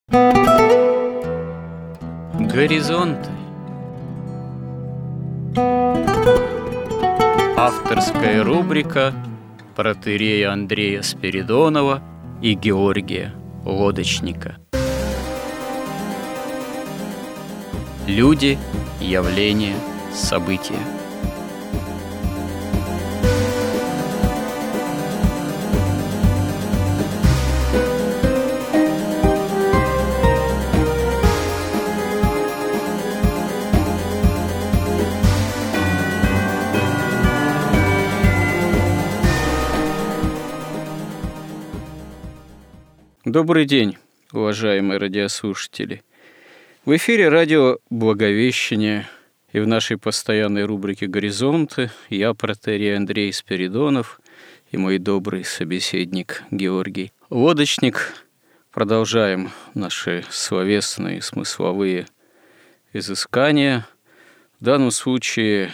Горизонты. Авторская рубрика протоиерея Андрея Спиридонова и Георгия Лодочника. Люди, явления, события. Добрый день, уважаемые радиослушатели. В эфире радио «Благовещение», и в нашей постоянной рубрике «Горизонты» я, протоиерей Андрей Спиридонов, и мой добрый собеседник Георгий Лодочник. Продолжаем наши словесные, смысловые изыскания. В данном случае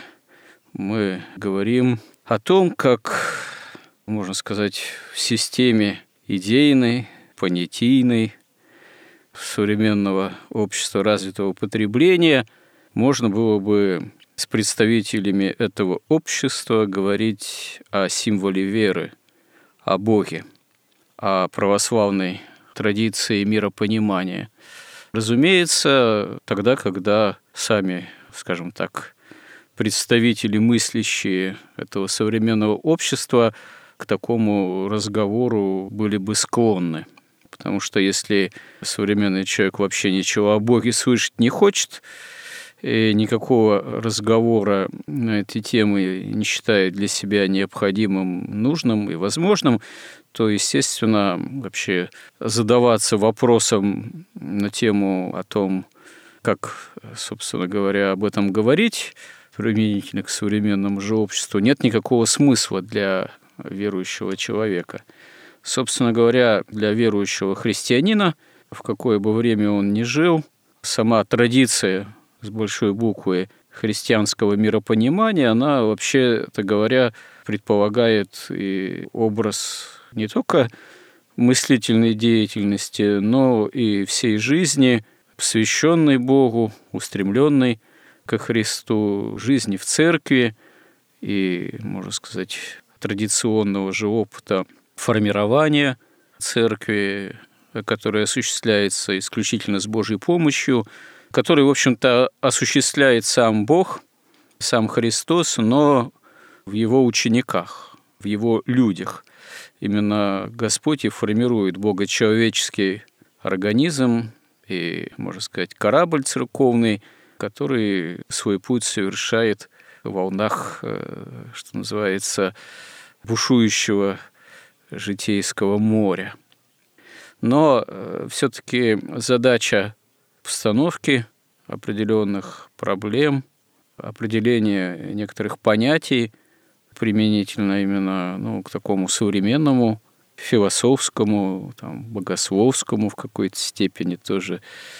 мы говорим о том, как, можно сказать, в системе идейной, понятийной, современного общества развитого потребления можно было бы с представителями этого общества говорить о символе веры, о Боге, о православной традиции миропонимания. Разумеется, тогда, когда сами, скажем так, представители мыслящие этого современного общества к такому разговору были бы склонны. Потому что если современный человек вообще ничего о Боге слышать не хочет, и никакого разговора на эти темы не считает для себя необходимым, нужным и возможным, то, естественно, вообще задаваться вопросом на тему о том, как, собственно говоря, об этом говорить, применительно к современному же обществу, нет никакого смысла для верующего человека. Собственно говоря, для верующего христианина, в какое бы время он ни жил, сама традиция с большой буквы христианского миропонимания, она, вообще-то говоря, предполагает и образ не только мыслительной деятельности, но и всей жизни, посвященной Богу, устремленной ко Христу, жизни в церкви и, можно сказать, традиционного же опыта формирования церкви, которое осуществляется исключительно с Божьей помощью, который, в общем-то, осуществляет сам Бог, сам Христос, но в Его учениках, в Его людях. Именно Господь и формирует богочеловеческий организм и, можно сказать, корабль церковный, который свой путь совершает в волнах, что называется, бушующего житейского моря. Но все-таки задача постановки определенных проблем, определения некоторых понятий применительно именно к такому современному, философскому, богословскому в какой-то степени тоже,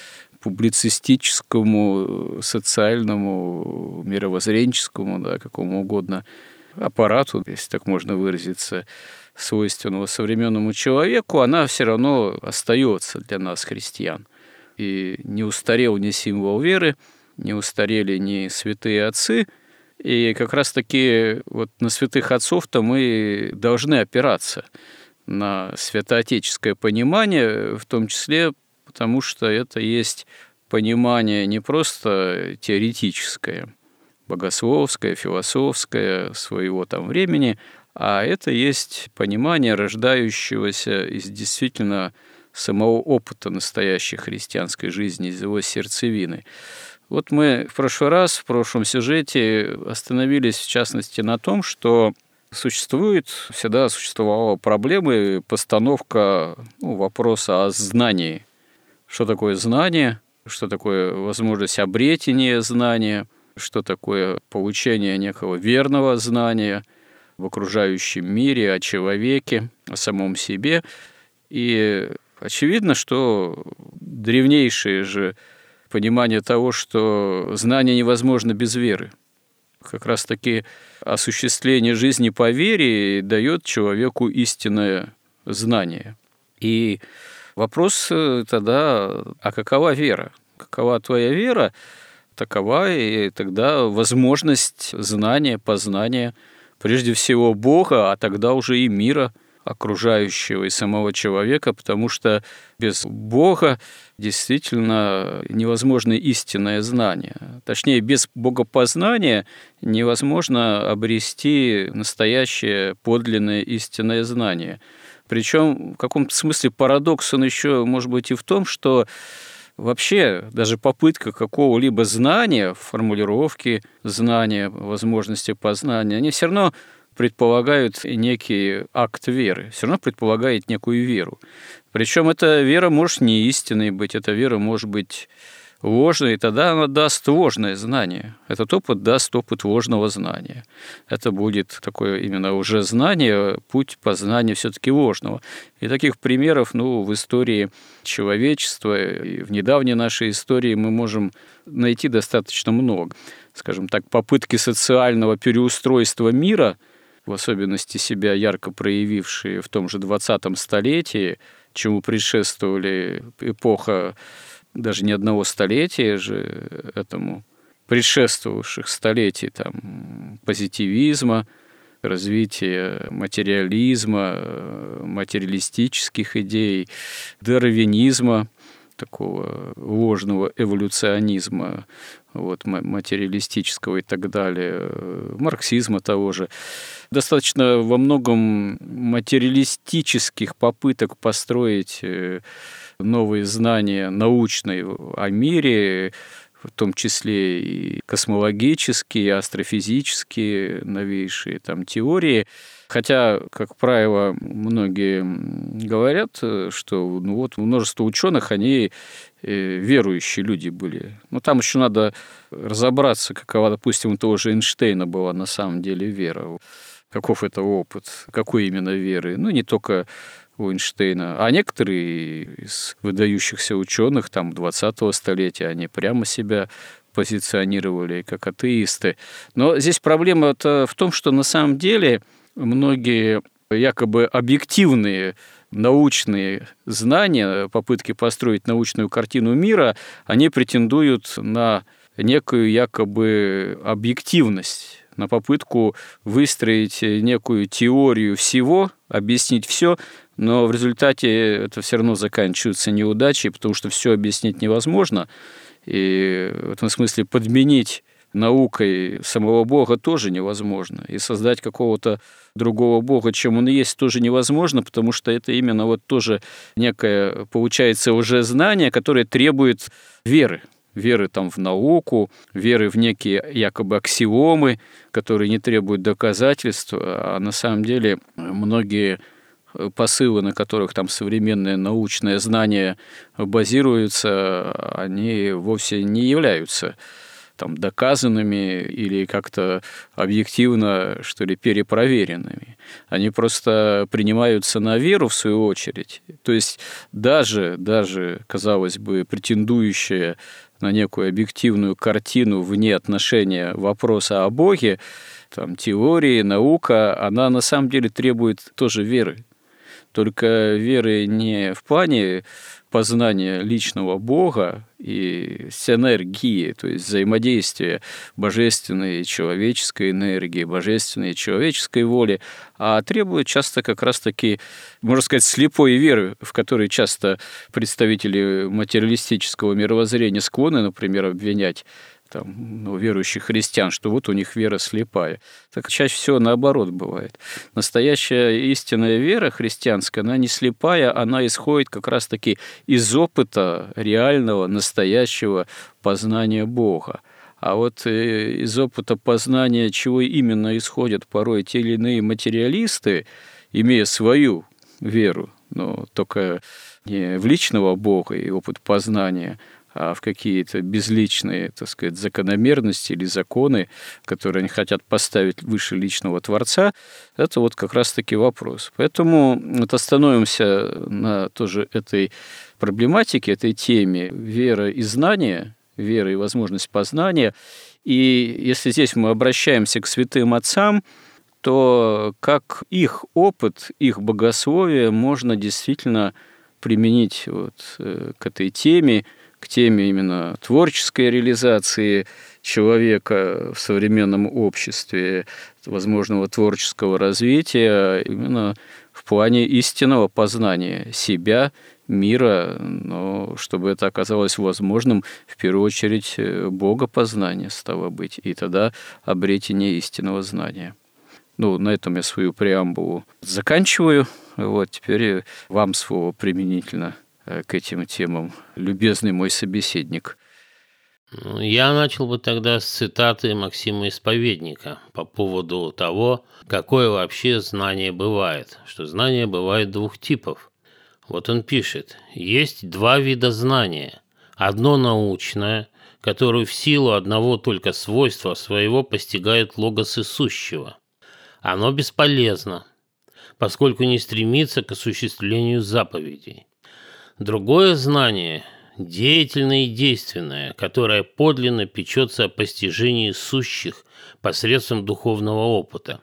публицистическому, социальному, мировоззренческому, какому угодно аппарату, если так можно выразиться, свойственного современному человеку, она все равно остается для нас, христиан. И не устарел ни символ веры, не устарели ни святые отцы. И как раз-таки на святых отцов-то мы должны опираться на святоотеческое понимание, в том числе потому, что это есть понимание не просто теоретическое, богословское, философское своего времени, а это есть понимание, рождающегося из действительно самого опыта настоящей христианской жизни, из его сердцевины. Мы в прошлый раз, в прошлом сюжете остановились, в частности, на том, что всегда существовала проблема и постановка вопроса о знании. Что такое знание, что такое возможность обретения знания, что такое получение некого верного знания в окружающем мире, о человеке, о самом себе. И очевидно, что древнейшее же понимание того, что знание невозможно без веры. Как раз-таки осуществление жизни по вере дает человеку истинное знание. И Вопрос тогда, а какова вера? Какова твоя вера? Такова и тогда возможность знания, познания, прежде всего Бога, а тогда уже и мира окружающего и самого человека, потому что без Бога действительно невозможно истинное знание. Точнее, без богопознания невозможно обрести настоящее подлинное истинное знание. Причем в каком-то смысле парадокс он еще может быть и в том, что вообще даже попытка какого-либо знания, формулировки знания, возможности познания, они все равно предполагают некий акт веры, все равно предполагает некую веру. Причем эта вера может не истинной быть, эта вера может быть ложной, и тогда она даст ложное знание. Этот опыт даст опыт ложного знания. Это будет такое именно уже знание, путь познания все-таки ложного. И таких примеров в истории человечества, и в недавней нашей истории мы можем найти достаточно много. Скажем так, попытки социального переустройства мира, в особенности себя ярко проявившие в том же 20-м столетии, чему предшествовали эпоха даже не одного столетия же этому, предшествовавших столетий там, позитивизма, развития материализма, материалистических идей, дарвинизма, такого ложного эволюционизма, материалистического и так далее, марксизма того же. Достаточно во многом материалистических попыток построить новые знания научные о мире, в том числе и космологические, и астрофизические новейшие там теории. Хотя, как правило, многие говорят, что множество ученых, они верующие люди были. Но там еще надо разобраться, какова, допустим, у того же Эйнштейна была на самом деле вера. Каков это опыт, какой именно веры. Не только у Эйнштейна, а некоторые из выдающихся ученых 20-го столетия, они прямо себя позиционировали как атеисты. Но здесь проблема-то в том, что на самом деле многие якобы объективные научные знания, попытки построить научную картину мира, они претендуют на некую якобы объективность, на попытку выстроить некую теорию всего, объяснить все, но в результате это все равно заканчивается неудачей, потому что все объяснить невозможно. И в этом смысле подменить наукой самого Бога тоже невозможно. И создать какого-то другого Бога, чем он есть, тоже невозможно, потому что это именно тоже некое, получается, уже знание, которое требует веры. Веры в науку, веры в некие якобы аксиомы, которые не требуют доказательств, а на самом деле многие посылы, на которых современное научное знание базируется, они вовсе не являются доказанными или как-то объективно, перепроверенными. Они просто принимаются на веру, в свою очередь. То есть даже казалось бы, претендующая на некую объективную картину вне отношения вопроса о Боге, теории, наука, она на самом деле требует тоже веры. Только веры не в плане познания личного Бога и синергии, то есть взаимодействия божественной и человеческой энергии, божественной и человеческой воли, а требует часто как раз-таки, можно сказать, слепой веры, в которой часто представители материалистического мировоззрения склонны, например, обвинять верующих христиан, что у них вера слепая. Так чаще всего наоборот бывает. Настоящая истинная вера христианская, она не слепая, она исходит как раз-таки из опыта реального, настоящего познания Бога. А из опыта познания, чего именно исходят порой те или иные материалисты, имея свою веру, но только не в личного Бога и опыт познания, а в какие-то безличные, закономерности или законы, которые они хотят поставить выше личного Творца, это как раз-таки вопрос. Поэтому остановимся на тоже этой проблематике, этой теме вера и знание, вера и возможность познания. И если здесь мы обращаемся к святым отцам, то как их опыт, их богословие можно действительно применить к этой теме, к теме именно творческой реализации человека в современном обществе, возможного творческого развития, именно в плане истинного познания себя, мира, но чтобы это оказалось возможным, в первую очередь, богопознание стало быть, и тогда обретение истинного знания. На этом я свою преамбулу заканчиваю. Теперь вам слово применительно к этим темам, любезный мой собеседник. Я начал бы тогда с цитаты Максима Исповедника по поводу того, какое вообще знание бывает, что знание бывает двух типов. Он пишет: есть два вида знания. Одно научное, которое в силу одного только свойства своего постигает логосы сущего. Оно бесполезно, поскольку не стремится к осуществлению заповедей. Другое знание – деятельное и действенное, которое подлинно печется о постижении сущих посредством духовного опыта.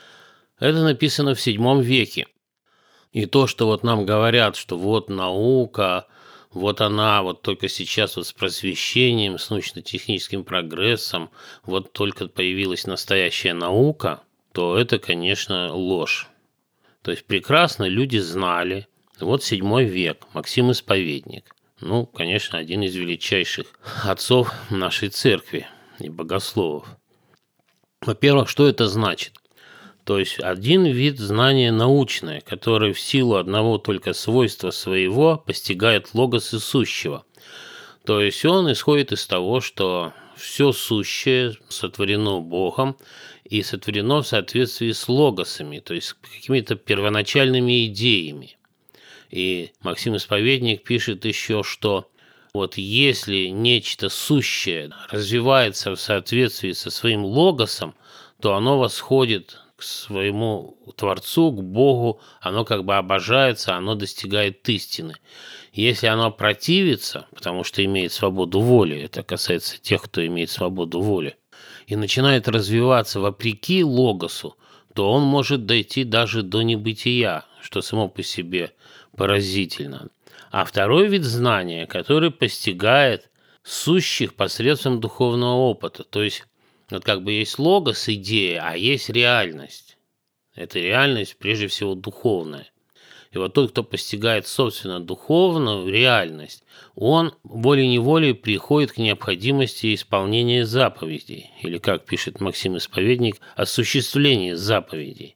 Это написано в VII веке. И то, что нам говорят, что наука, она только сейчас с просвещением, с научно-техническим прогрессом, только появилась настоящая наука, то это, конечно, ложь. То есть прекрасно люди знали. VII век, Максим Исповедник. Конечно, один из величайших отцов нашей церкви и богословов. Во-первых, что это значит? То есть один вид знания научное, который в силу одного только свойства своего постигает логосы сущего. То есть он исходит из того, что все сущее сотворено Богом и сотворено в соответствии с логосами, то есть какими-то первоначальными идеями. И Максим Исповедник пишет еще, что если нечто сущее развивается в соответствии со своим логосом, то оно восходит к своему Творцу, к Богу, оно обожается, оно достигает истины. Если оно противится, потому что имеет свободу воли, это касается тех, кто имеет свободу воли, и начинает развиваться вопреки логосу, то он может дойти даже до небытия, что само по себе поразительно. А второй вид знания, который постигает сущих посредством духовного опыта, то есть есть логос, идея, а есть реальность. Это реальность, прежде всего, духовная. И тот, кто постигает, собственно, духовную реальность, он волей-неволей приходит к необходимости исполнения заповедей, или, как пишет Максим Исповедник, осуществления заповедей.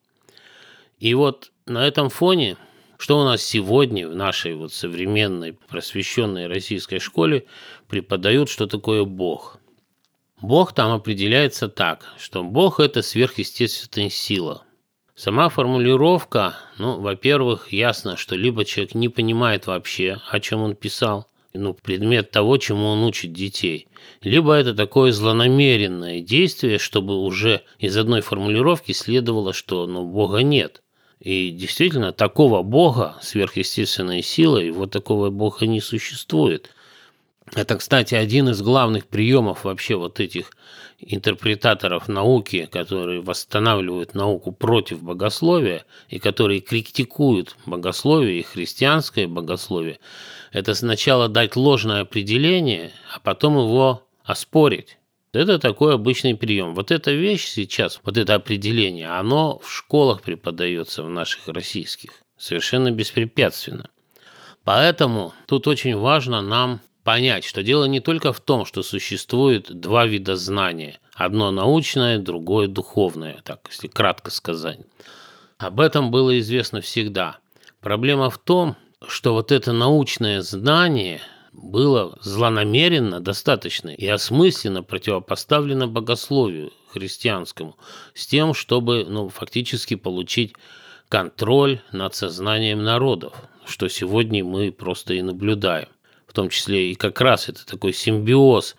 И на этом фоне, что у нас сегодня в нашей современной просвещенной российской школе преподают, что такое Бог. Бог там определяется так, что Бог – это сверхъестественная сила. Сама формулировка, во-первых, ясно, что либо человек не понимает вообще, о чем он писал, предмет того, чему он учит детей, либо это такое злонамеренное действие, чтобы уже из одной формулировки следовало, что Бога нет. И действительно, такого Бога, сверхъестественной силой, такого Бога не существует. Это, кстати, один из главных приемов вообще этих интерпретаторов науки, которые восстанавливают науку против богословия и которые критикуют богословие и христианское богословие. Это сначала дать ложное определение, а потом его оспорить. Это такой обычный прием. Эта вещь сейчас, это определение, оно в школах преподается в наших российских совершенно беспрепятственно. Поэтому тут очень важно нам понять, что дело не только в том, что существует два вида знания. Одно научное, другое духовное, так, если кратко сказать. Об этом было известно всегда. Проблема в том, что это научное знание было злонамеренно достаточно и осмысленно противопоставлено богословию христианскому с тем, чтобы фактически получить контроль над сознанием народов, что сегодня мы просто и наблюдаем. В том числе и как раз это такой симбиоз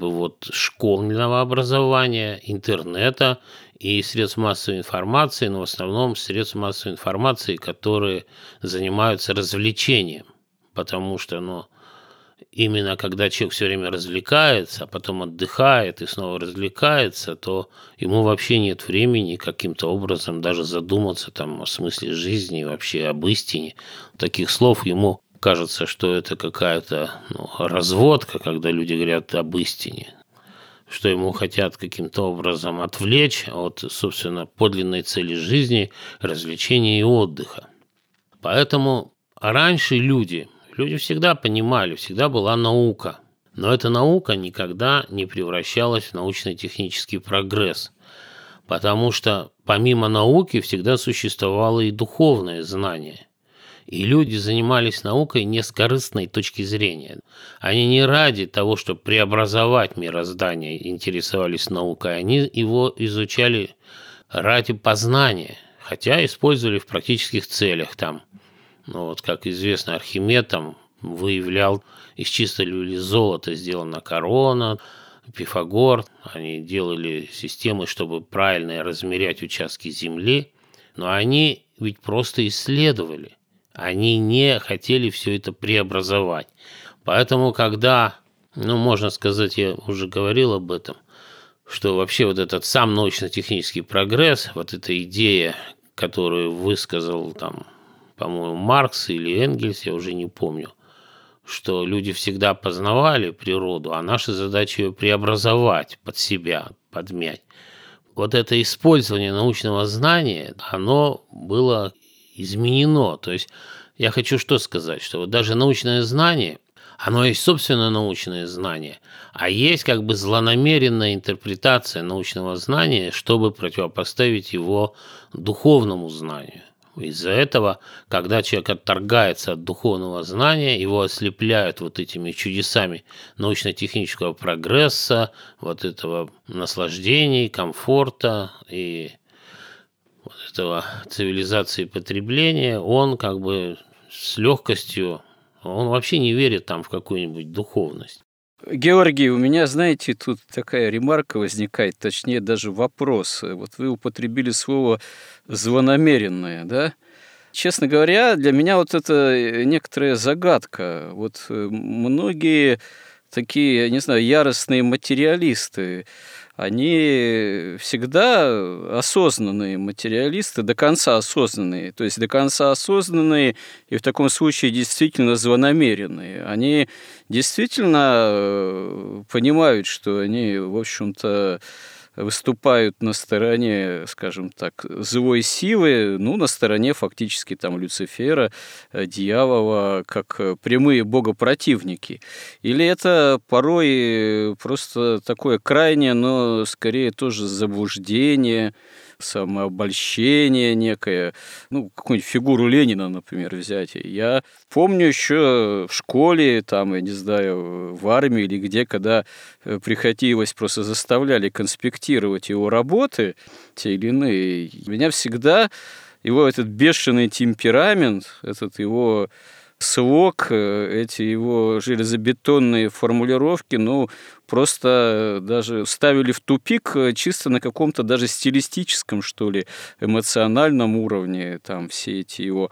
школьного образования, интернета и средств массовой информации, но в основном средств массовой информации, которые занимаются развлечением. Потому что именно когда человек все время развлекается, а потом отдыхает и снова развлекается, то ему вообще нет времени каким-то образом даже задуматься о смысле жизни и вообще об истине. Таких слов ему кажется, что это какая-то разводка, когда люди говорят об истине, что ему хотят каким-то образом отвлечь от, собственно, подлинной цели жизни, развлечения и отдыха. Поэтому раньше люди всегда понимали, всегда была наука. Но эта наука никогда не превращалась в научно-технический прогресс, потому что помимо науки всегда существовало и духовное знание. И люди занимались наукой не с корыстной точки зрения. Они не ради того, чтобы преобразовать мироздание, интересовались наукой, они его изучали ради познания, хотя использовали в практических целях. Как известно, Архимед выявлял, из чистого золота сделана корона, Пифагор, они делали системы, чтобы правильно размерять участки земли, но они ведь просто исследовали. Они не хотели все это преобразовать. Поэтому, когда, можно сказать, я уже говорил об этом, что вообще вот этот сам научно-технический прогресс, вот эта идея, которую высказал по-моему, Маркс или Энгельс, я уже не помню, что люди всегда познавали природу, а наша задача ее преобразовать под себя, подмять. Вот это использование научного знания, оно было изменено. То есть я хочу что сказать, что вот даже научное знание, оно есть собственно научное знание, а есть злонамеренная интерпретация научного знания, чтобы противопоставить его духовному знанию. Из-за этого, когда человек отторгается от духовного знания, его ослепляют вот этими чудесами научно-технического прогресса, вот этого наслаждений, комфорта и вот этого цивилизации потребления, он с легкостью, он вообще не верит в какую-нибудь духовность. Георгий, у меня, знаете, тут такая ремарка возникает, точнее даже вопрос. Вот вы употребили слово «злонамеренное», да? Честно говоря, для меня вот это некоторая загадка. Вот многие такие, я не знаю, яростные материалисты, они всегда осознанные материалисты, до конца осознанные, то есть до конца осознанные и в таком случае действительно злонамеренные. Они действительно понимают, что они, в общем-то, выступают на стороне, скажем так, злой силы, на стороне фактически Люцифера, дьявола, как прямые богопротивники. Или это порой просто такое крайнее, но скорее тоже заблуждение, самообольщение некое. Какую-нибудь фигуру Ленина, например, взять. Я помню еще в школе, я не знаю, в армии или где, когда приходилось, просто заставляли конспектировать его работы, те или иные. Меня всегда его этот бешеный темперамент, этот его слог, эти его железобетонные формулировки, просто даже ставили в тупик чисто на каком-то даже стилистическом, что ли, эмоциональном уровне. Все эти его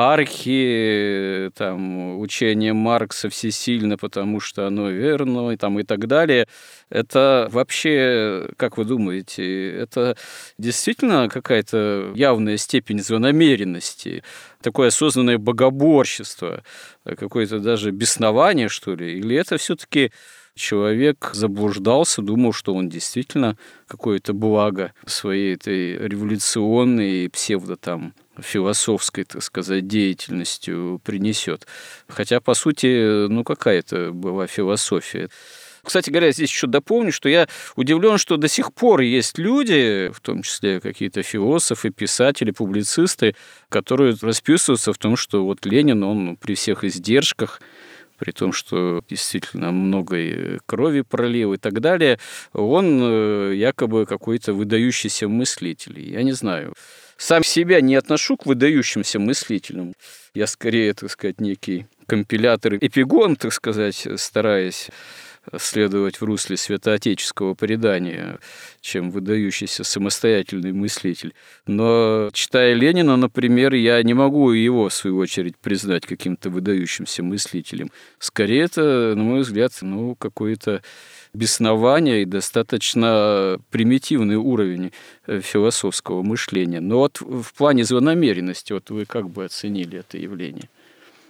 архи, учение Маркса всесильно, потому что оно верно, и так далее. Это вообще, как вы думаете, это действительно какая-то явная степень злонамеренности, такое осознанное богоборчество, какое-то даже беснование, что ли? Или это все-таки человек заблуждался, думал, что он действительно какое-то благо своей этой революционной псевдо-философской, так сказать, деятельностью принесет. Хотя, по сути, какая это была философия. Кстати говоря, здесь еще дополню, что я удивлен, что до сих пор есть люди, в том числе какие-то философы, писатели, публицисты, которые расписываются в том, что вот Ленин, он при всех издержках, при том, что действительно много крови пролил и так далее, он якобы какой-то выдающийся мыслитель. Я не знаю. Сам себя не отношу к выдающимся мыслителям. Я скорее, так сказать, некий компилятор, эпигон, так сказать, стараясь следовать в русле святоотеческого предания, чем выдающийся самостоятельный мыслитель. Но, читая Ленина, например, я не могу его, в свою очередь, признать каким-то выдающимся мыслителем. Скорее, это, на мой взгляд, какое-то беснование и достаточно примитивный уровень философского мышления. Но вот в плане злонамеренности, вот вы как бы оценили это явление?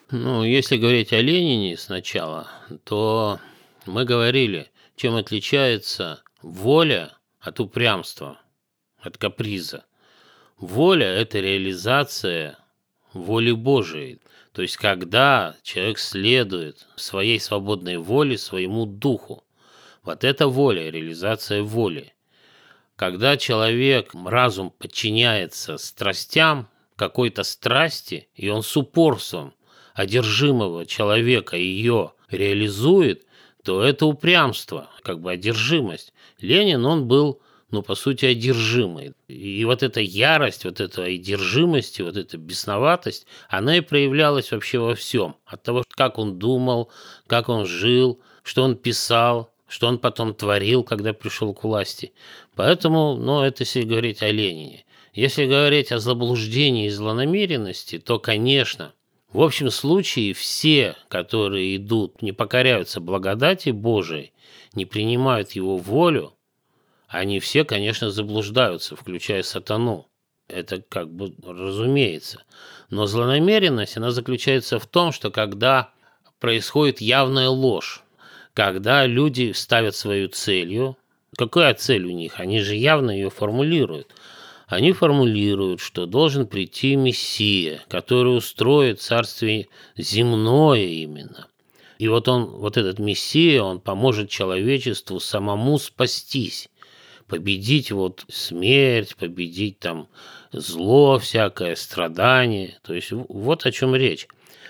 Ну, если говорить о Ленине сначала, то мы говорили, чем отличается воля от упрямства, от каприза. Воля – это реализация воли Божией. То есть, когда человек следует своей свободной воле, своему духу. Вот это воля, реализация воли. Когда человек, разум подчиняется страстям, какой-то страсти, и он с упорством одержимого человека ее реализует, то это упрямство, как бы одержимость. Ленин, он был, по сути, одержимый. И вот эта ярость, вот эта одержимость, вот эта бесноватость, она и проявлялась вообще во всем. От того, как он думал, как он жил, что он писал, что он потом творил, когда пришел к власти. Поэтому, это если говорить о Ленине. Если говорить о заблуждении и злонамеренности, то, конечно, в общем случае все, которые идут, не покоряются благодати Божией, не принимают его волю, они все, конечно, заблуждаются, включая сатану. Это как бы разумеется. Но злонамеренность, она заключается в том, что когда происходит явная ложь, когда люди ставят свою целью, какая цель у них? Они же явно ее формулируют. Они формулируют, что должен прийти Мессия, который устроит царствие земное именно. И вот этот Мессия, он поможет человечеству самому спастись, победить смерть, победить зло всякое, страдание. То есть вот о чем речь.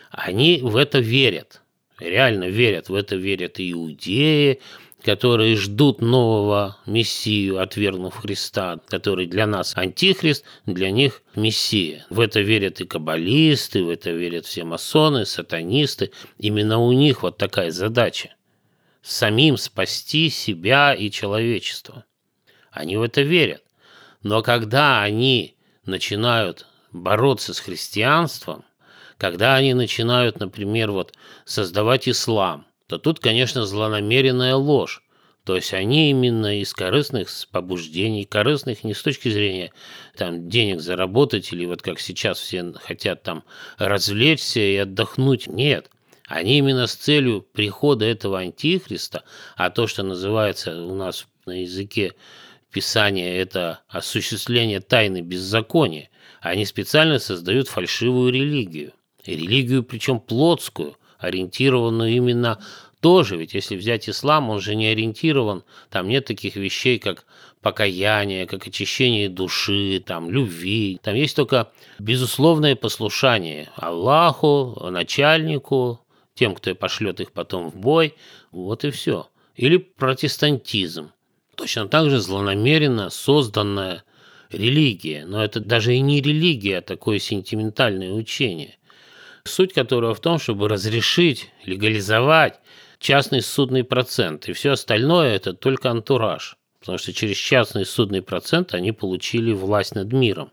Они в это верят, реально верят. В это верят и иудеи, которые ждут нового Мессию, отвергнув Христа, который для нас антихрист, для них Мессия. В это верят и каббалисты, в это верят все масоны, сатанисты. Именно у них вот такая задача – самим спасти себя и человечество. Они в это верят. Но когда они начинают бороться с христианством, когда они начинают, например, создавать ислам, то тут, конечно, злонамеренная ложь. То есть они именно из корыстных побуждений, корыстных не с точки зрения денег заработать или как сейчас все хотят развлечься и отдохнуть. Нет. Они именно с целью прихода этого антихриста, а то, что называется у нас на языке Писания, это осуществление тайны беззакония, они специально создают фальшивую религию. Религию, причем плотскую, ориентированную именно тоже, ведь если взять ислам, он же не ориентирован, там нет таких вещей, как покаяние, как очищение души, любви. Там есть только безусловное послушание Аллаху, начальнику, тем, кто пошлет их потом в бой, вот и все. Или протестантизм. Точно так же злонамеренно созданная религия, но это даже и не религия, а такое сентиментальное учение. Суть которого в том, чтобы разрешить, легализовать частный судный процент. И все остальное – это только антураж. Потому что через частный судный процент они получили власть над миром.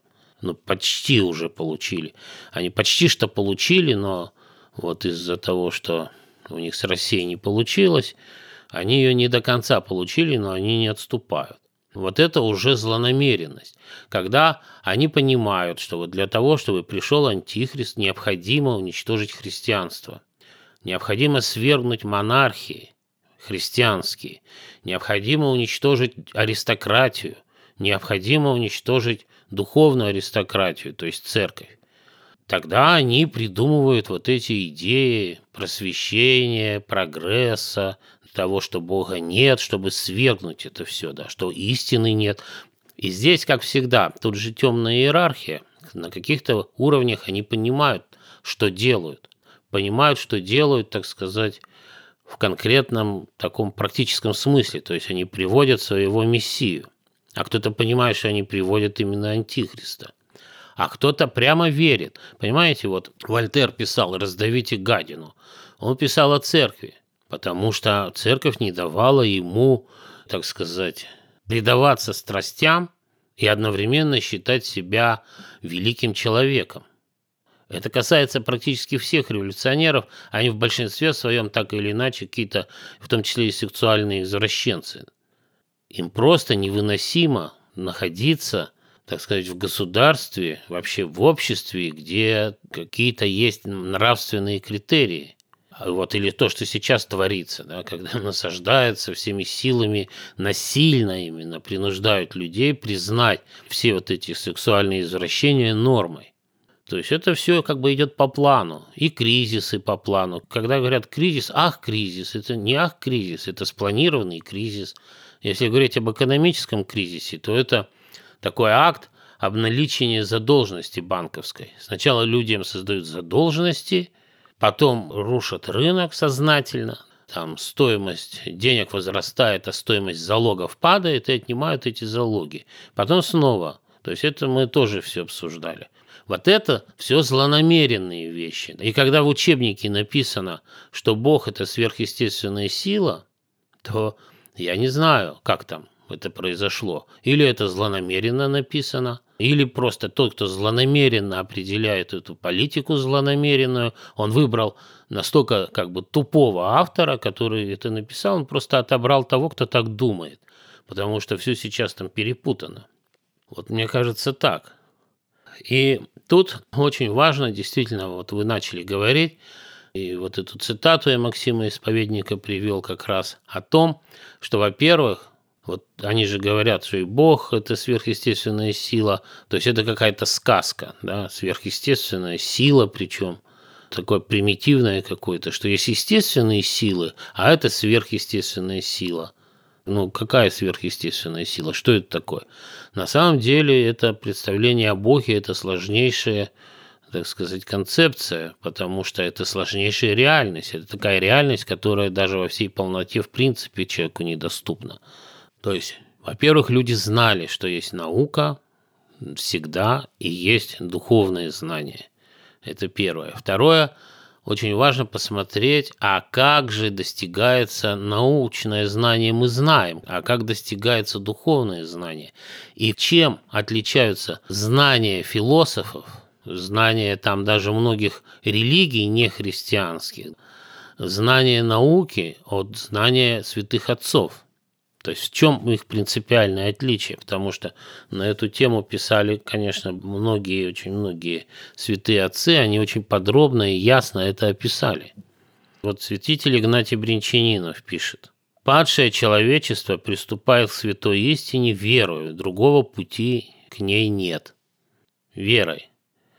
Почти уже получили. Они почти что получили, но из-за того, что у них с Россией не получилось, они ее не до конца получили, но они не отступают. Вот это уже злонамеренность. Когда они понимают, что для того, чтобы пришел антихрист, необходимо уничтожить христианство. Необходимо свергнуть монархии христианские. Необходимо уничтожить аристократию. Необходимо уничтожить духовную аристократию, то есть церковь. Тогда они придумывают эти идеи просвещения, прогресса, того, что Бога нет, чтобы свергнуть это все, что истины нет. И здесь, как всегда, тут же темная иерархия. На каких-то уровнях они понимают, что делают. Понимают, что делают, так сказать, в конкретном таком практическом смысле. То есть они приводят своего Мессию. А кто-то понимает, что они приводят именно антихриста. А кто-то прямо верит. Понимаете, Вольтер писал «Раздавите гадину». Он писал о церкви. Потому что церковь не давала ему, так сказать, предаваться страстям и одновременно считать себя великим человеком. Это касается практически всех революционеров, они в большинстве своем так или иначе какие-то, в том числе и сексуальные извращенцы. Им просто невыносимо находиться так сказать, в государстве, вообще в обществе, где какие-то есть нравственные критерии. Вот, или то, что сейчас творится, да, когда насаждается всеми силами, насильно именно принуждают людей признать все вот эти сексуальные извращения нормой. То есть это все как бы идет по плану, и кризисы по плану. Когда говорят кризис, это не кризис, это спланированный кризис. Если говорить об экономическом кризисе, то это такой акт обналичения задолженности банковской. Сначала людям создают задолженности, потом рушат рынок сознательно, там стоимость денег возрастает, а стоимость залогов падает, и отнимают эти залоги. Потом снова, то есть это мы тоже все обсуждали. Вот это все злонамеренные вещи. И когда в учебнике написано, что Бог – это сверхъестественная сила, то я не знаю, как там это произошло. Или это злонамеренно написано, или просто тот, кто злонамеренно определяет эту политику злонамеренную, он выбрал настолько как бы тупого автора, который это написал, он просто отобрал того, кто так думает, потому что все сейчас там перепутано. Вот мне кажется так. И тут очень важно, действительно, вот вы начали говорить, и вот эту цитату я Максима Исповедника привел как раз о том, что, во-первых, вот они же говорят, что и Бог – это сверхъестественная сила, то есть это какая-то сказка, да, сверхъестественная сила, причем такое примитивное какое-то, что есть естественные силы, а это сверхъестественная сила. Ну, какая сверхъестественная сила? Что это такое? На самом деле это представление о Боге – это сложнейшая, так сказать, концепция, потому что это сложнейшая реальность. Это такая реальность, которая даже во всей полноте в принципе человеку недоступна. То есть, во-первых, люди знали, что есть наука всегда и есть духовные знания. Это первое. Второе, очень важно посмотреть, а как же достигается научное знание, мы знаем, а как достигается духовное знание. И чем отличаются знания философов, знания там даже многих религий нехристианских, знания науки от знания святых отцов. То есть в чем их принципиальное отличие? Потому что на эту тему писали, конечно, очень многие святые отцы, они очень подробно и ясно это описали. Вот святитель Игнатий Бринчанинов пишет: «Падшее человечество приступает к святой истине верою, другого пути к ней нет». Верой.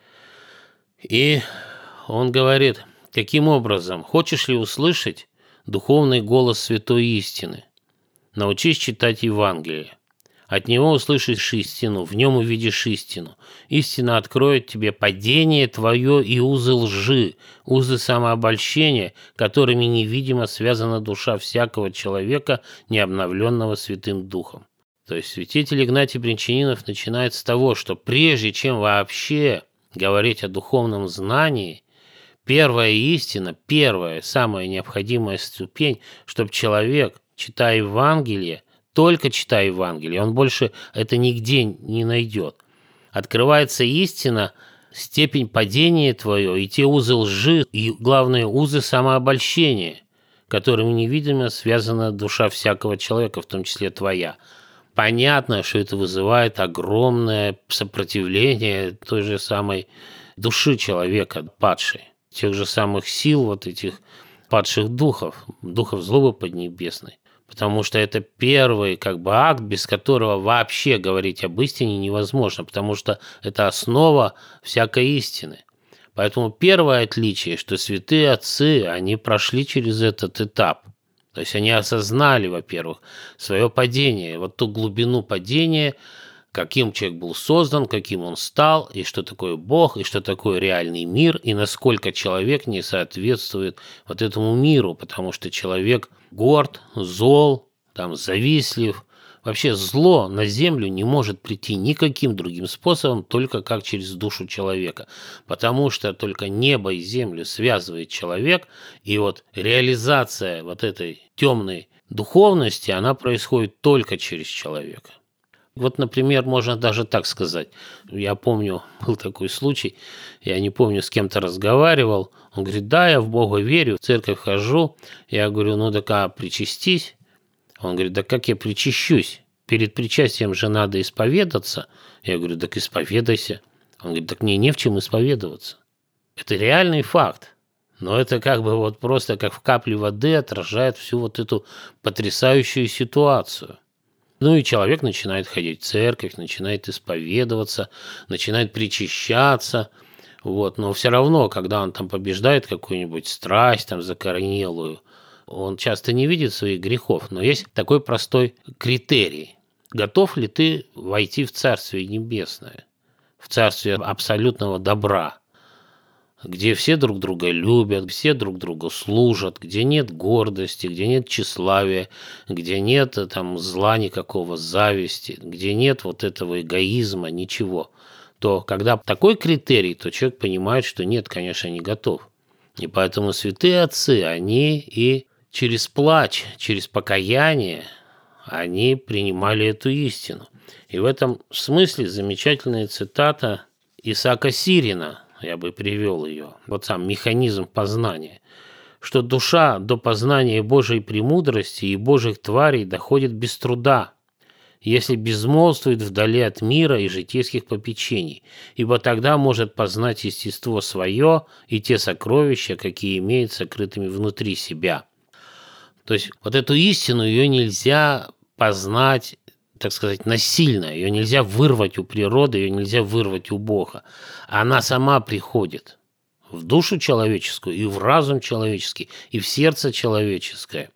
И он говорит, каким образом? Хочешь ли услышать духовный голос святой истины? Научись читать Евангелие. От него услышишь истину, в нем увидишь истину. Истина откроет тебе падение твое и узы лжи, узы самообольщения, которыми невидимо связана душа всякого человека, не обновленного Святым Духом. То есть святитель Игнатий Бринчанинов начинает с того, что прежде чем вообще говорить о духовном знании, первая истина, первая, самая необходимая ступень, чтобы человек, читая Евангелие, только читая Евангелие, он больше это нигде не найдет. Открывается истина, степень падения твое, и те узы лжи, и, главное, узы самообольщения, которыми невидимо связана душа всякого человека, в том числе твоя. Понятно, что это вызывает огромное сопротивление той же самой души человека, падшей, тех же самых сил вот этих падших духов злобы поднебесной. Потому что это первый как бы акт, без которого вообще говорить об истине невозможно, потому что это основа всякой истины. Поэтому первое отличие, что святые отцы, они прошли через этот этап. То есть они осознали, во-первых, свое падение, вот ту глубину падения, каким человек был создан, каким он стал, и что такое Бог, и что такое реальный мир, и насколько человек не соответствует вот этому миру, потому что человек горд, зол, там, завистлив. Вообще зло на землю не может прийти никаким другим способом, только как через душу человека, потому что только небо и землю связывает человек, и вот реализация вот этой темной духовности, она происходит только через человека. Вот, например, можно даже так сказать. Я помню, был такой случай, я не помню, с кем-то разговаривал. Он говорит, да, я в Бога верю, в церковь хожу. Я говорю, ну так причастись? Он говорит, да как я причащусь, перед причастием же надо исповедаться. Я говорю, так исповедайся. Он говорит, так мне не в чем исповедоваться. Это реальный факт. Но это как бы вот просто как в капле воды отражает всю вот эту потрясающую ситуацию. Ну и человек начинает ходить в церковь, начинает исповедоваться, начинает причащаться. Вот. Но все равно, когда он там побеждает какую-нибудь страсть там закоренелую, он часто не видит своих грехов. Но есть такой простой критерий. Готов ли ты войти в Царствие Небесное, в Царствие абсолютного добра, где все друг друга любят, все друг другу служат, где нет гордости, где нет тщеславия, где нет там зла никакого, зависти, где нет вот этого эгоизма, ничего, то когда такой критерий, то человек понимает, что нет, конечно, не готов. И поэтому святые отцы, они и через плач, через покаяние, они принимали эту истину. И в этом смысле замечательная цитата Исаака Сирина, я бы привел ее, вот сам механизм познания, что душа до познания Божьей премудрости и Божьих тварей доходит без труда, если безмолвствует вдали от мира и житейских попечений, ибо тогда может познать естество свое и те сокровища, какие имеет сокрытыми внутри себя. То есть вот эту истину ее нельзя познать, так сказать, насильно, ее нельзя вырвать у природы, ее нельзя вырвать у Бога. Она сама приходит в душу человеческую и в разум человеческий, и в сердце человеческое,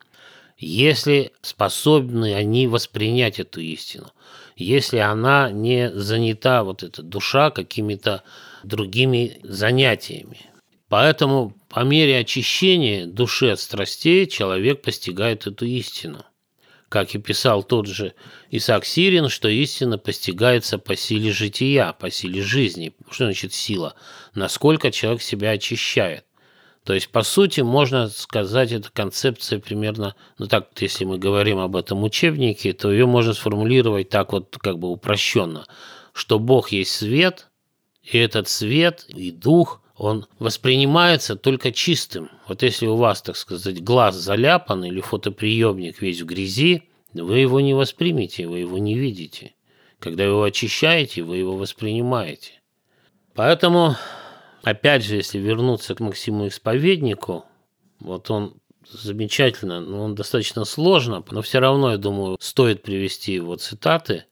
если способны они воспринять эту истину, если она не занята, вот эта душа, какими-то другими занятиями. Поэтому по мере очищения души от страстей человек постигает эту истину. Как и писал тот же Исаак Сирин, что истина постигается по силе жития, по силе жизни. Что значит сила? Насколько человек себя очищает. То есть, по сути, можно сказать, эта концепция примерно, ну так, если мы говорим об этом учебнике, то ее можно сформулировать так вот как бы упрощенно, что Бог есть свет, и этот свет и дух, он воспринимается только чистым. Вот если у вас, так сказать, глаз заляпан или фотоприемник весь в грязи, вы его не воспримете, вы его не видите. Когда вы его очищаете, вы его воспринимаете. Поэтому, опять же, если вернуться к Максиму Исповеднику, вот он замечательно, но он достаточно сложно, но все равно, я думаю, стоит привести его цитаты,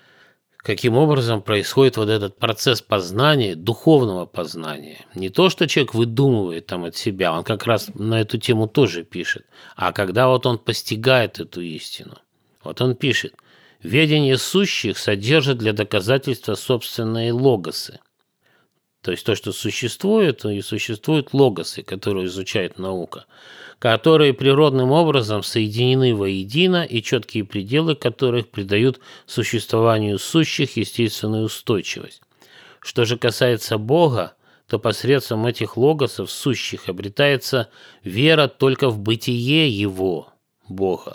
каким образом происходит вот этот процесс познания, духовного познания. Не то, что человек выдумывает там от себя, он как раз на эту тему тоже пишет, а когда вот он постигает эту истину. Вот он пишет: «Ведение сущих содержит для доказательства собственные логосы». То есть то, что существует, и существуют логосы, которые изучает наука, которые природным образом соединены воедино и четкие пределы которых придают существованию сущих естественную устойчивость. Что же касается Бога, то посредством этих логосов сущих обретается вера только в бытие Его, Бога.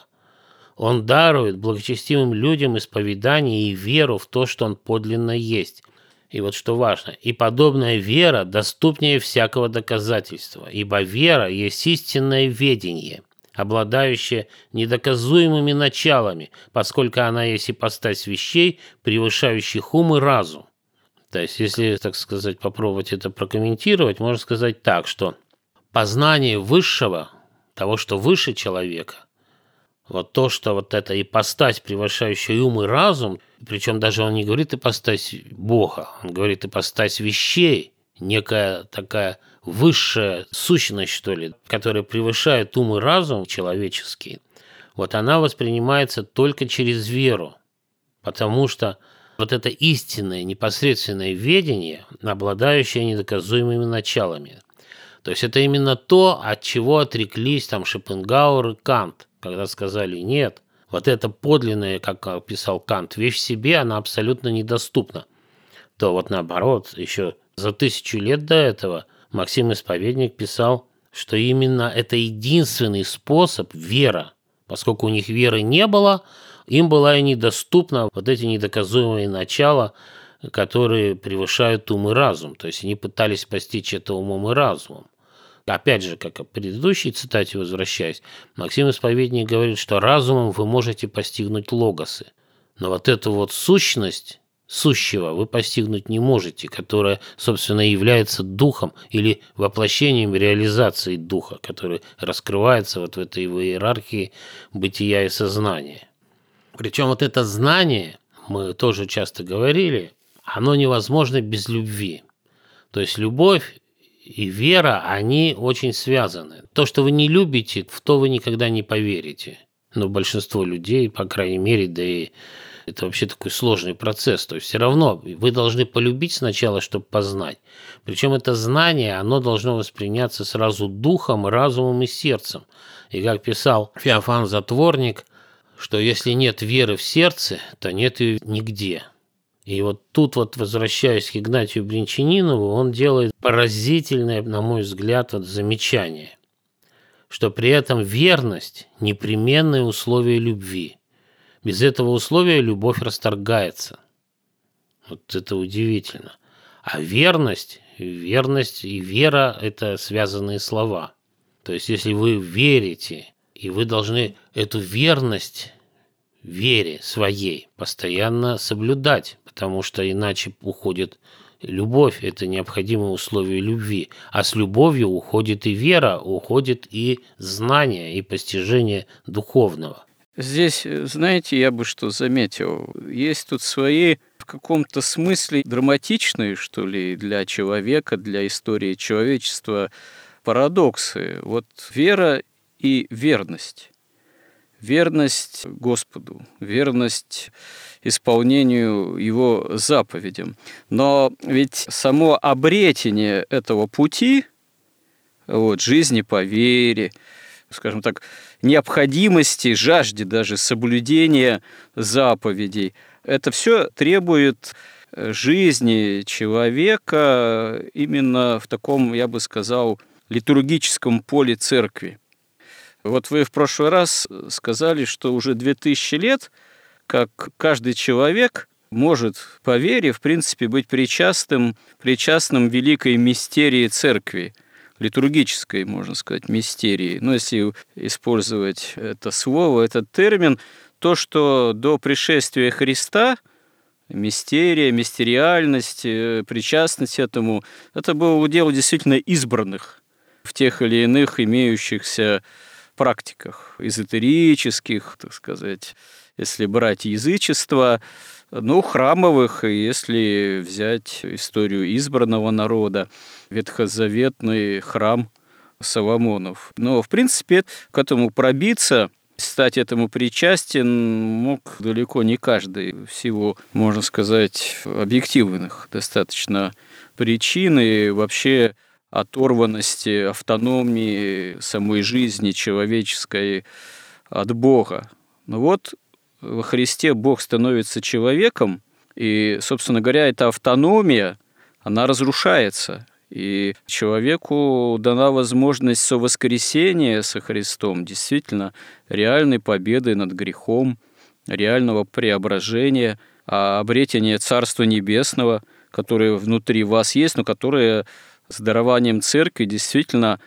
Он дарует благочестивым людям исповедание и веру в то, что Он подлинно есть. И вот что важно, и подобная вера доступнее всякого доказательства, ибо вера есть истинное ведение, обладающее недоказуемыми началами, поскольку она есть ипостась вещей, превышающих ум и разум. То есть, если, так сказать, попробовать это прокомментировать, можно сказать так, что познание высшего, того, что выше человека, вот то, что вот эта ипостась, превышающая ум и разум, причем даже он не говорит ипостась Бога, он говорит ипостась вещей, некая такая высшая сущность, что ли, которая превышает ум и разум человеческий, вот она воспринимается только через веру, потому что вот это истинное непосредственное ведение, обладающее недоказуемыми началами. То есть это именно то, от чего отреклись там Шопенгауэр и Кант, когда сказали: нет, вот это подлинное, как писал Кант, вещь в себе, она абсолютно недоступна. То вот наоборот, еще за 1000 лет до этого Максим Исповедник писал, что именно это единственный способ, вера. Поскольку у них веры не было, им была и недоступна вот эти недоказуемые начала, которые превышают ум и разум. То есть они пытались постичь это умом и разумом. Опять же, как в предыдущей цитате возвращаясь, Максим Исповедник говорит, что разумом вы можете постигнуть логосы. Но вот эту вот сущность сущего вы постигнуть не можете, которая, собственно, является духом или воплощением реализации духа, который раскрывается вот в этой иерархии бытия и сознания. Причем вот это знание, мы тоже часто говорили, оно невозможно без любви. То есть любовь и вера, они очень связаны. То, что вы не любите, в то вы никогда не поверите. Но большинство людей, по крайней мере, да и это вообще такой сложный процесс. То есть все равно вы должны полюбить сначала, чтобы познать. Причем это знание, оно должно восприняться сразу духом, разумом и сердцем. И как писал Феофан Затворник, что если нет веры в сердце, то нет ее нигде. И вот тут вот, возвращаясь к Игнатию Бринчанинову, он делает поразительное, на мой взгляд, вот замечание, что при этом верность – непременное условие любви. Без этого условия любовь расторгается. Вот это удивительно. А верность и вера – это связанные слова. То есть если вы верите, и вы должны эту верность вере своей постоянно соблюдать, потому что иначе уходит любовь, это необходимое условие любви, а с любовью уходит и вера, уходит и знание, и постижение духовного. Здесь, знаете, я бы что заметил, есть тут свои в каком-то смысле драматичные, что ли, для человека, для истории человечества парадоксы. Вот вера и верность. Верность Господу, верность исполнению Его заповедям. Но ведь само обретение этого пути, вот, жизни по вере, скажем так, необходимости, жажде даже соблюдения заповедей, это все требует жизни человека именно в таком, я бы сказал, литургическом поле церкви. Вот вы в прошлый раз сказали, что уже 2000 лет, как каждый человек может по вере, в принципе, быть причастным великой мистерии церкви, литургической, можно сказать, мистерии. Но если использовать это слово, этот термин, то, что до пришествия Христа мистерия, мистериальность, причастность этому, это было удел действительно избранных в тех или иных имеющихся практиках эзотерических, так сказать, если брать язычество, храмовых, если взять историю избранного народа, ветхозаветный храм Соломонов. Но, в принципе, к этому пробиться, стать этому причастен мог далеко не каждый, в силу, можно сказать, объективных достаточно причин и вообще оторванности, автономии самой жизни человеческой от Бога. Но вот во Христе Бог становится человеком, и, собственно говоря, эта автономия, она разрушается. И человеку дана возможность совоскресения со Христом, действительно реальной победы над грехом, реального преображения, обретения Царства Небесного, которое внутри вас есть, но которое с дарованием церкви действительно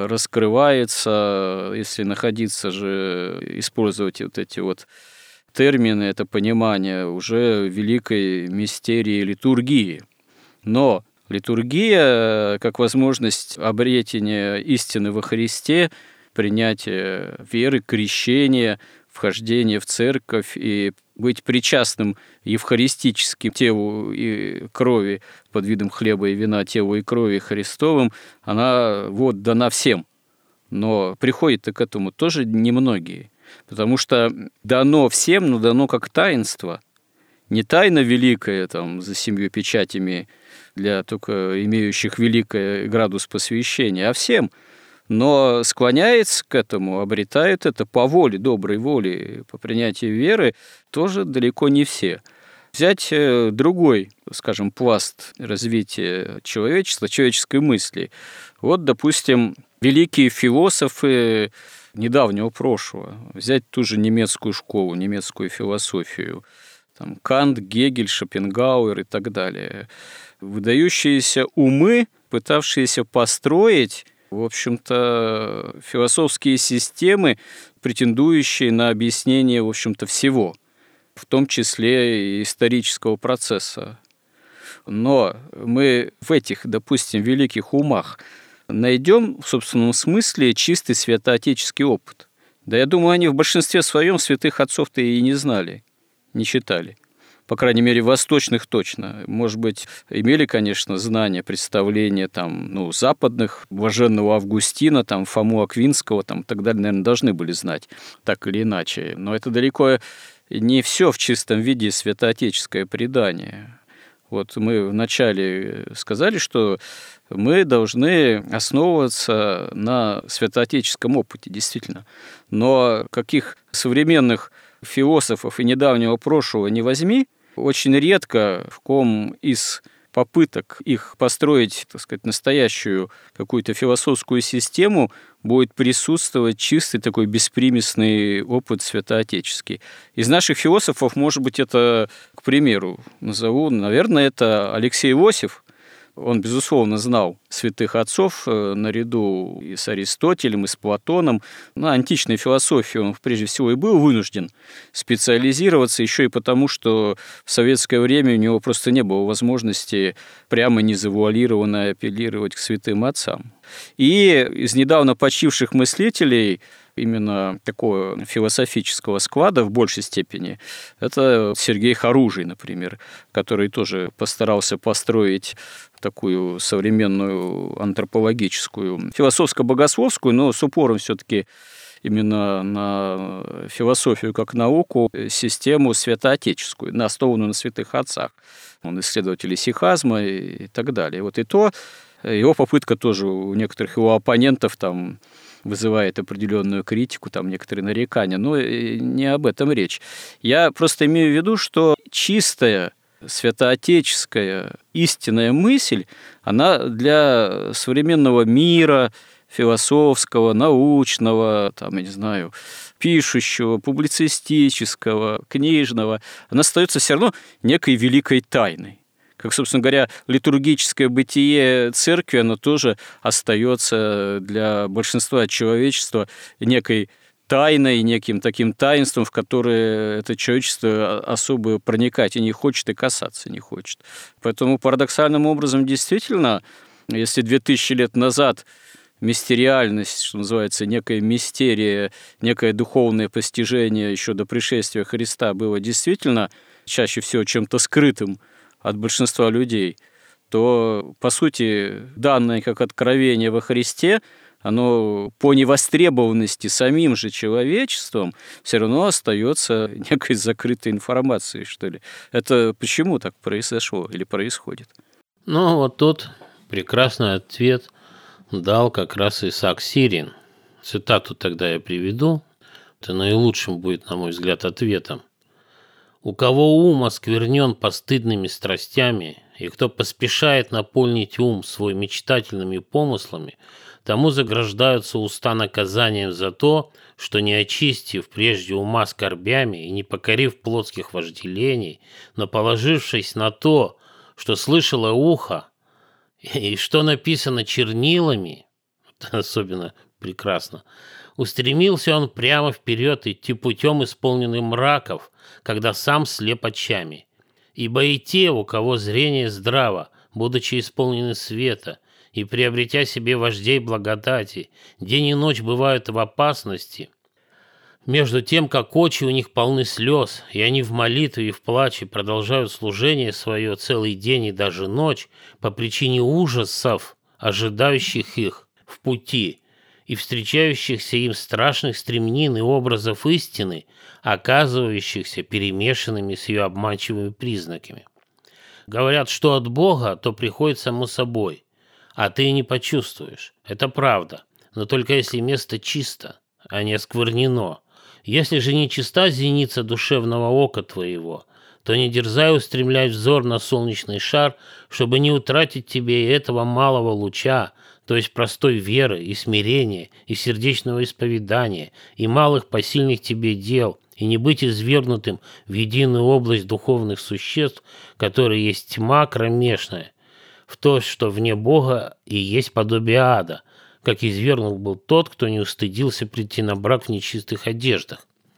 раскрывается, если находиться же, использовать вот эти вот термины, это понимание уже великой мистерии литургии. Но литургия, как возможность обретения истины во Христе, принятия веры, крещения, вхождения в церковь и быть причастным евхаристическим телу и крови под видом хлеба и вина, телу и крови Христовым, она вот дана всем. Но приходят-то к этому тоже немногие, потому что дано всем, но дано как таинство. Не тайна великая там, за 7 печатями для только имеющих великий градус посвящения, а всем. Но склоняется к этому, обретает это по воле, доброй воле, по принятию веры, тоже далеко не все. Взять другой, скажем, пласт развития человечества, человеческой мысли. Вот, допустим, великие философы недавнего прошлого. Взять ту же немецкую школу, немецкую философию. Там Кант, Гегель, Шопенгауэр и так далее. Выдающиеся умы, пытавшиеся построить, в общем-то, философские системы, претендующие на объяснение, в общем-то, всего. в том числе и исторического процесса. Но мы в этих, допустим, великих умах найдем в собственном смысле чистый святоотеческий опыт. Да я думаю, они в большинстве своем святых отцов-то и не знали, не читали. По крайней мере, восточных точно. Может быть, имели, конечно, знания, представления западных, блаженного Августина, Фому Аквинского, и так далее, наверное, должны были знать, так или иначе. Но это далеко не все в чистом виде святоотеческое предание. Вот мы вначале сказали, что мы должны основываться на святоотеческом опыте, действительно. Но каких современных философов и недавнего прошлого не возьми, очень редко в ком из попыток их построить, настоящую какую-то философскую систему будет присутствовать чистый такой беспримесный опыт святоотеческий. Из наших философов, может быть, это, к примеру, назову, наверное, это Алексей Иосиф. Он, безусловно, знал святых отцов наряду и с Аристотелем, и с Платоном. На античной философии он, прежде всего, и был вынужден специализироваться, еще и потому, что в советское время у него просто не было возможности прямо незавуалированно апеллировать к святым отцам. И из недавно почивших мыслителей именно такого философического склада в большей степени, это Сергей Харужий, например, который тоже постарался построить такую современную антропологическую, философско-богословскую, но с упором все-таки именно на философию как науку, систему святоотеческую, основанную на святых отцах. Он исследователь исихазма и так далее. Вот и то, его попытка тоже у некоторых его оппонентов вызывает определенную критику, некоторые нарекания, но не об этом речь. Я просто имею в виду, что чистая святоотеческая истинная мысль, она для современного мира, философского, научного, пишущего, публицистического, книжного, она остается все равно некой великой тайной. Как, собственно говоря, литургическое бытие церкви, оно тоже остается для большинства человечества некой тайной, неким таким таинством, в которое это человечество особо проникать и не хочет, и касаться не хочет. Поэтому парадоксальным образом действительно, если 2000 лет назад мистериальность, что называется, некая мистерия, некое духовное постижение еще до пришествия Христа было действительно чаще всего чем-то скрытым от большинства людей, то, по сути, данное как откровение во Христе, оно по невостребованности самим же человечеством все равно остается некой закрытой информацией, что ли. Это почему так произошло или происходит? Вот тут прекрасный ответ дал как раз Исаак Сирин. Цитату тогда я приведу. Это наилучшим будет, на мой взгляд, ответом. «У кого ум осквернен постыдными страстями, и кто поспешает наполнить ум свой мечтательными помыслами, тому заграждаются уста наказанием за то, что, не очистив прежде ума скорбями и не покорив плотских вожделений, но положившись на то, что слышало ухо, и что написано чернилами, это особенно прекрасно, устремился он прямо вперед идти путем, исполненным мраков, когда сам слеп очами. Ибо и те, у кого зрение здраво, будучи исполнены света, и приобретя себе вождей благодати, день и ночь бывают в опасности, между тем, как очи у них полны слез, и они в молитве и в плаче продолжают служение свое целый день и даже ночь по причине ужасов, ожидающих их в пути, и встречающихся им страшных стремнин и образов истины, оказывающихся перемешанными с ее обманчивыми признаками. Говорят, что от Бога, то приходит само собой, а ты и не почувствуешь. Это правда, но только если место чисто, а не осквернено. Если же не чиста зеница душевного ока твоего, то не дерзай устремлять взор на солнечный шар, чтобы не утратить тебе и этого малого луча, то есть простой веры и смирения, и сердечного исповедания, и малых посильных тебе дел, и не быть извергнутым в единую область духовных существ, которые есть тьма кромешная, в то, что вне Бога и есть подобие ада, как извергнут был тот, кто не устыдился прийти на брак в нечистых одеждах.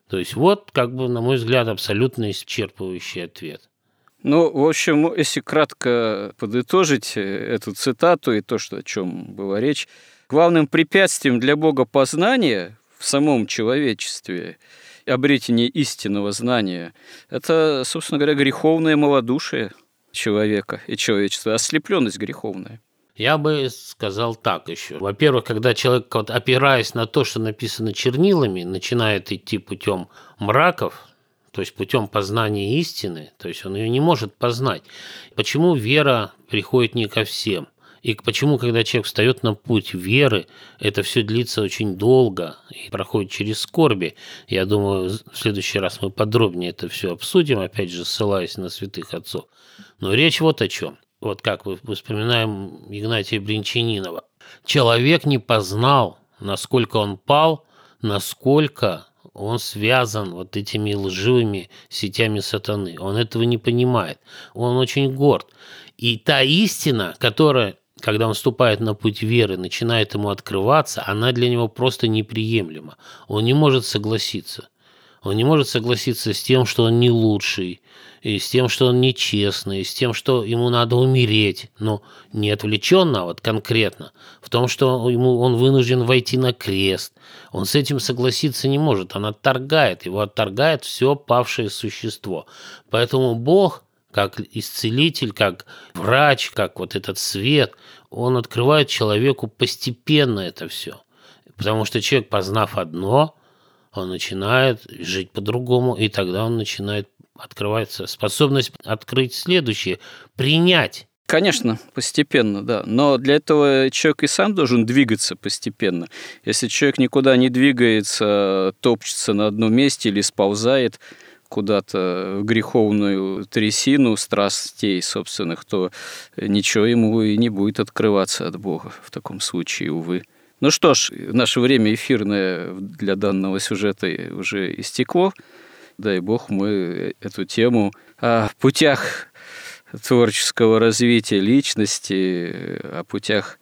То есть вот, как бы, на мой взгляд, абсолютно исчерпывающий ответ. Ну, в общем, если кратко подытожить эту цитату и то, о чем была речь, главным препятствием для богопознания в самом человечестве, обретение истинного знания, это, собственно говоря, греховное малодушие человека и человечества, ослепленность греховная. Я бы сказал так еще. Во-первых, когда человек, опираясь на то, что написано чернилами, начинает идти путем мраков, то есть путем познания истины, то есть он ее не может познать. Почему вера приходит не ко всем? И почему, когда человек встает на путь веры, это все длится очень долго и проходит через скорби? Я думаю, в следующий раз мы подробнее это все обсудим, опять же, ссылаясь на святых отцов. Но речь вот о чем. Вот как мы вспоминаем Игнатия Бринчанинова. Человек не познал, насколько он пал, насколько он связан вот этими лживыми сетями сатаны. Он этого не понимает. Он очень горд. И та истина, которая, когда он вступает на путь веры, начинает ему открываться, она для него просто неприемлема. Он не может согласиться. Он не может согласиться с тем, что он не лучший, и с тем, что он нечестный, и с тем, что ему надо умереть. Но не отвлеченно, а вот конкретно. В том, что он вынужден войти на крест. Он с этим согласиться не может. Он отторгает, его отторгает все павшее существо. Поэтому Бог, как исцелитель, как врач, как вот этот свет, он открывает человеку постепенно это все. Потому что человек, познав одно, он начинает жить по-другому, и тогда он начинает открывается способность открыть следующее, принять. Конечно, постепенно, да. Но для этого человек и сам должен двигаться постепенно. Если человек никуда не двигается, топчется на одном месте или сползает куда-то в греховную трясину страстей собственных, то ничего ему и не будет открываться от Бога в таком случае, увы. Ну что ж, наше время эфирное для данного сюжета уже истекло. Дай Бог, мы эту тему о путях творческого развития личности, о путях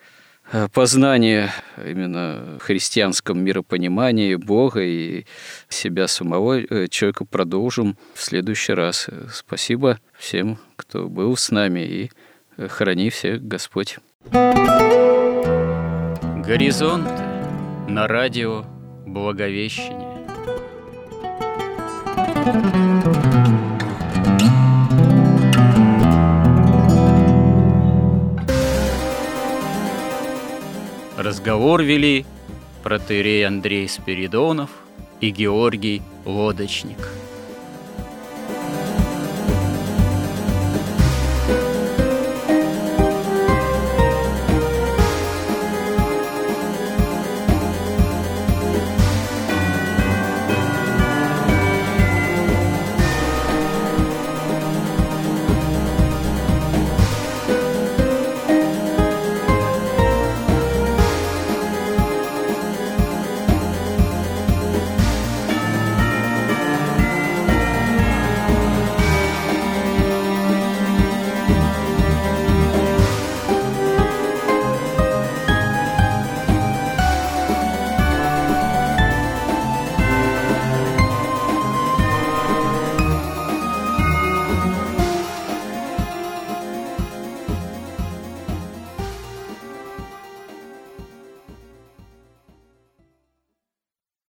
познания именно в христианском миропонимании Бога и себя самого человека продолжим в следующий раз. Спасибо всем, кто был с нами, и храни всех Господь. Горизонт на радио Благовещение. Разговор вели протоиерей Андрей Спиридонов и Георгий Лодочник.